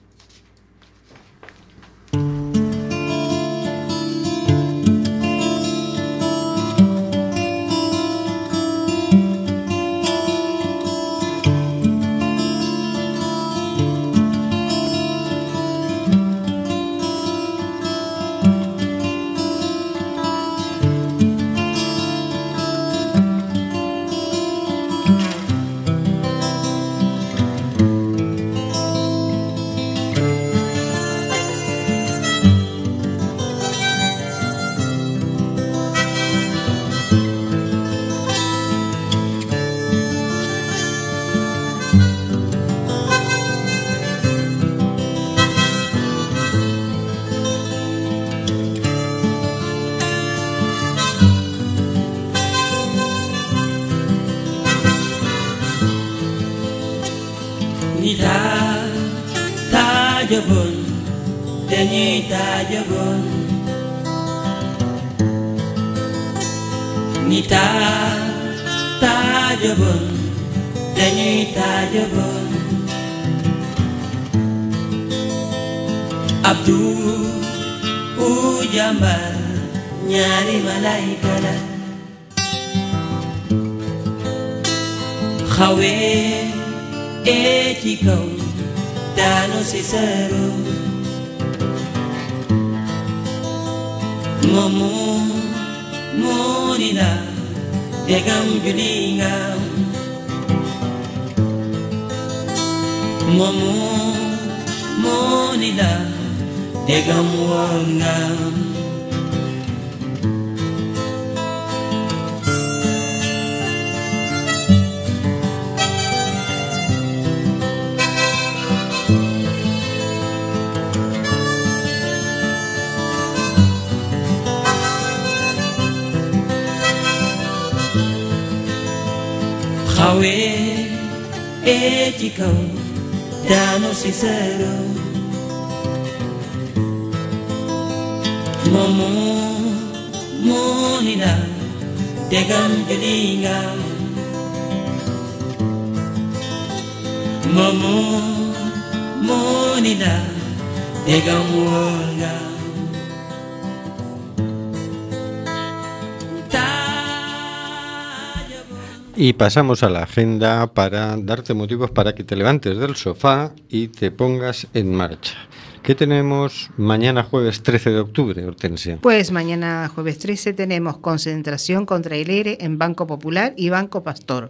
Y pasamos a la agenda para darte motivos para que te levantes del sofá y te pongas en marcha. ¿Qué tenemos mañana jueves trece de octubre, Hortensia? Pues mañana jueves trece tenemos concentración contra el E R E en Banco Popular y Banco Pastor.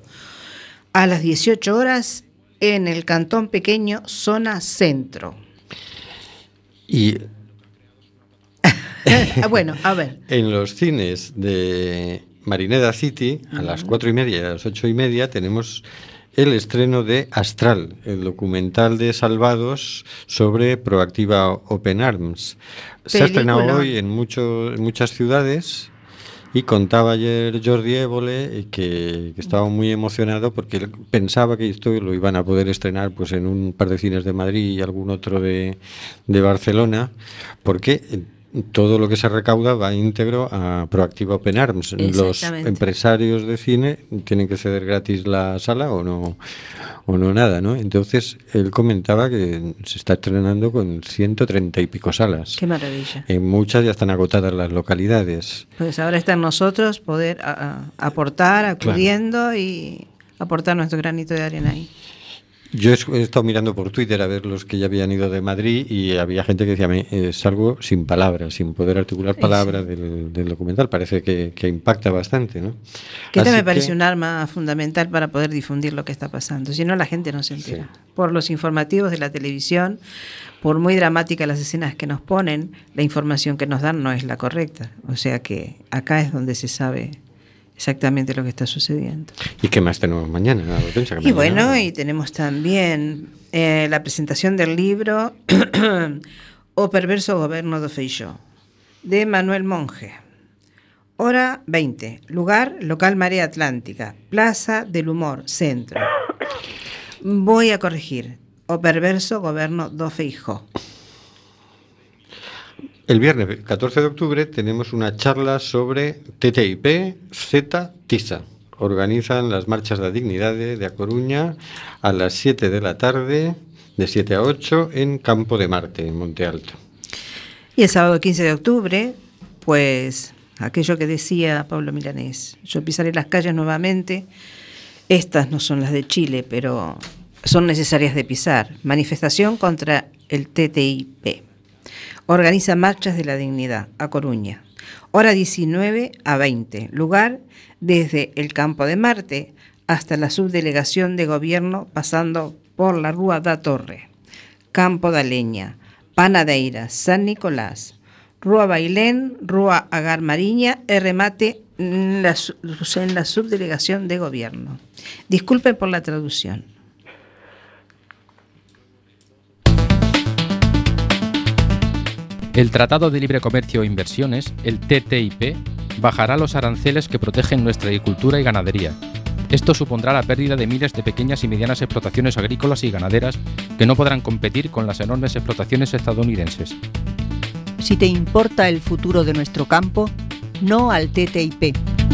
A las dieciocho horas en el Cantón Pequeño, zona centro. Y... bueno, a ver. En los cines de Marineda City, a las cuatro y media y a las ocho y media, tenemos el estreno de Astral, el documental de Salvados sobre Proactiva Open Arms. Película. Se ha estrenado hoy en, mucho, en muchas ciudades y contaba ayer Jordi Évole que, que estaba muy emocionado porque él pensaba que esto lo iban a poder estrenar pues en un par de cines de Madrid y algún otro de, de Barcelona, porque todo lo que se recauda va íntegro a Proactiva Open Arms. Los empresarios de cine tienen que ceder gratis la sala o no o no nada, ¿no? Entonces él comentaba que se está estrenando con ciento treinta y pico salas. Qué maravilla. En muchas ya están agotadas las localidades. Pues ahora está en nosotros poder a, a, aportar, acudiendo, claro, y aportar nuestro granito de arena ahí. Yo he estado mirando por Twitter a ver los que ya habían ido de Madrid y había gente que decía, me eh, salgo sin palabras, sin poder articular palabras sí. del, del documental. Parece que, que impacta bastante, ¿no? Que esta me parece que... un arma fundamental para poder difundir lo que está pasando. Si no, la gente no se entera. Sí. Por los informativos de la televisión, por muy dramáticas las escenas que nos ponen, la información que nos dan no es la correcta. O sea que acá es donde se sabe exactamente lo que está sucediendo. ¿Y qué más tenemos mañana? Hortensia, y mañana, bueno, ¿no? Y tenemos también eh, la presentación del libro O perverso goberno do Feixóo, de Manuel Monge. Hora veinte, lugar, local Marea Atlántica, Plaza del Humor, Centro. Voy a corregir, O perverso goberno do Feixóo. El viernes catorce de octubre tenemos una charla sobre T T I P, Z, TISA. Organizan las marchas de dignidade de A Coruña a las siete de la tarde, de siete a ocho, en Campo de Marte, en Monte Alto. Y el sábado quince de octubre, pues aquello que decía Pablo Milanés, yo pisaré las calles nuevamente. Estas no son las de Chile, pero son necesarias de pisar. Manifestación contra el T T I P. Organiza Marchas de la Dignidad, A Coruña. Hora diecinueve a veinte. Lugar, desde el Campo de Marte hasta la subdelegación de gobierno, pasando por la Rúa da Torre, Campo da Leña, Panadeira, San Nicolás, Rúa Bailén, Rúa Agar Mariña e remate en la, en la subdelegación de gobierno. Disculpen por la traducción. El Tratado de Libre Comercio e Inversiones, el T T I P, bajará los aranceles que protegen nuestra agricultura y ganadería. Esto supondrá la pérdida de miles de pequeñas y medianas explotaciones agrícolas y ganaderas que no podrán competir con las enormes explotaciones estadounidenses. Si te importa el futuro de nuestro campo, no al T T I P.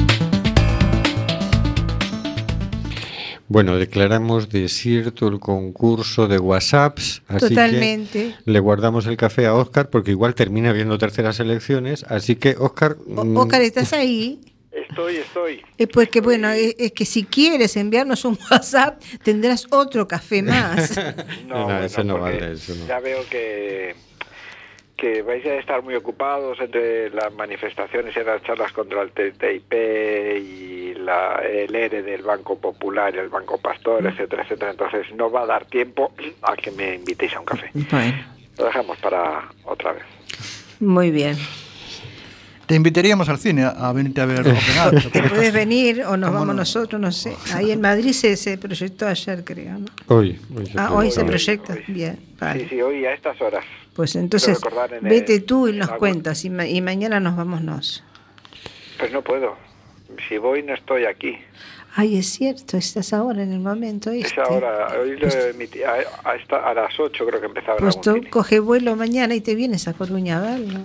Bueno, declaramos desierto el concurso de WhatsApps, así Totalmente. que le guardamos el café a Óscar porque igual termina viendo terceras elecciones, así que Óscar... O- Óscar, ¿estás ahí? Estoy, estoy. Es pues que bueno, es, es que si quieres enviarnos un WhatsApp tendrás otro café más. No, No, bueno, eso no porque vale, eso no. Ya veo que, que vais a estar muy ocupados entre las manifestaciones y las charlas contra el T T I P y la, el E R E del Banco Popular y el Banco Pastor, etcétera, etcétera. Entonces no va a dar tiempo a que me invitéis a un café. Bueno, Lo dejamos para otra vez. muy bien. Te invitaríamos al cine a, a venirte a ver Oppenheimer. Te puedes venir o nos ¿Cómo vamos no? nosotros, no sé. Ahí en Madrid se, se proyectó ayer, creo, ¿no? Hoy, hoy se Ah, puede hoy se saber. proyecta. hoy. Bien, Sí, vale. sí, hoy a estas horas. Pues entonces Quiero recordar en vete el- tú y en nos algún- cuentas y, ma- y mañana nos vamos nos. Pues no puedo. Si voy no estoy aquí. Ay, es cierto, estás ahora en el momento este. Es ahora, hoy lo emití, a, a, esta- a las ocho creo que empezaba Pues algún tú cine. coge vuelo mañana y te vienes a Coruña a verlo.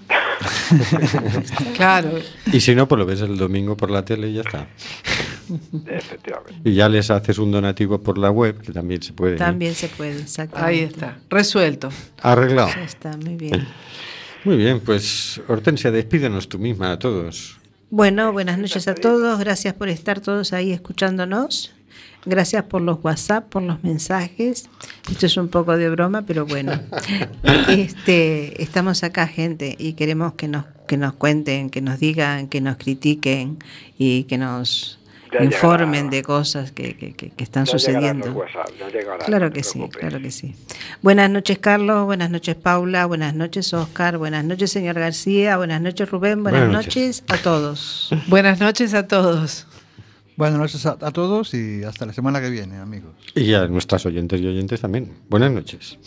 Claro. Y si no, pues lo ves el domingo por la tele y ya está. Efectivamente. Y ya les haces un donativo por la web, que también se puede. ¿eh? También se puede, exactamente. Ahí está, resuelto. Arreglado. Ya está, muy bien. Muy bien, pues Hortensia, despídenos tú misma a todos. Bueno, buenas noches a todos. Gracias por estar todos ahí escuchándonos. Gracias por los WhatsApp, por los mensajes. Esto es un poco de broma, pero bueno. Este, estamos acá, gente, y queremos que nos que nos cuenten, que nos digan, que nos critiquen y que nos Ya informen llegará. de cosas que, que, que- que están Ya llegarán sucediendo. los WhatsApp, ya llegarán, Claro no que te sí, preocupes. claro que sí. Buenas noches, Carlos. Buenas noches, Paula. Buenas noches, Oscar. Buenas noches, señor García. Buenas noches, Rubén. Buenas, Buenas noches. noches a todos. Buenas noches a todos. Buenas noches a, a todos y hasta la semana que viene, amigos. Y a nuestras oyentes y oyentes también. Buenas noches.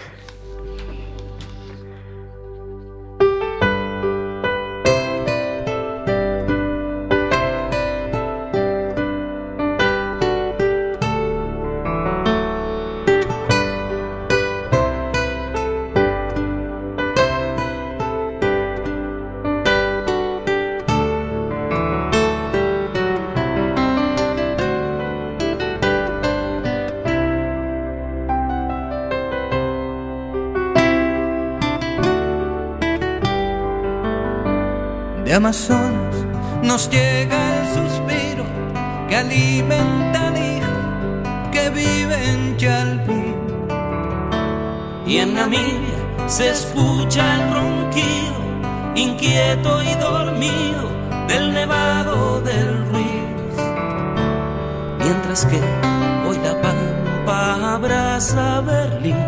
De Amazonas nos llega el suspiro que alimenta al hijo que vive veinte al pum. Y en Namibia se escucha el ronquido, inquieto y dormido, del nevado del Ruiz. Mientras que hoy la pampa abraza Berlín,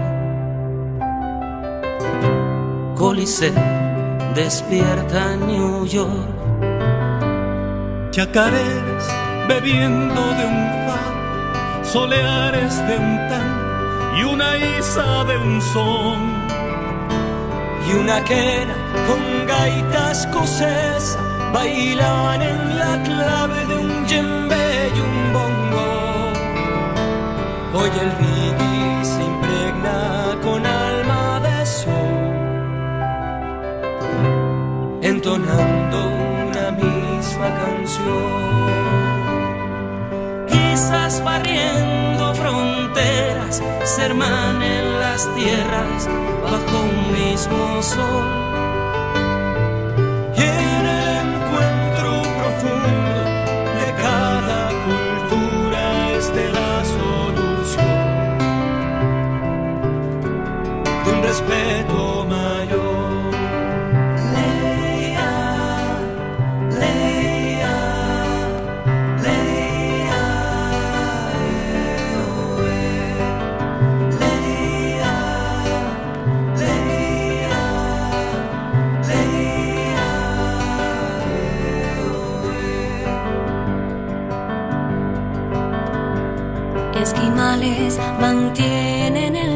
Coliseo despierta New York. Chacareras bebiendo de un far, soleares de un tan y una isa de un son. Y una quena con gaita escocesa bailan en la clave de un djembe y un bongo. Hoy el reggae se impregna con alma de sol, entonando una misma canción. Quizás barriendo fronteras se hermanen las tierras bajo un mismo sol. Y en el encuentro profundo de cada cultura esté la solución de un respeto mayor. Esquimales mantienen el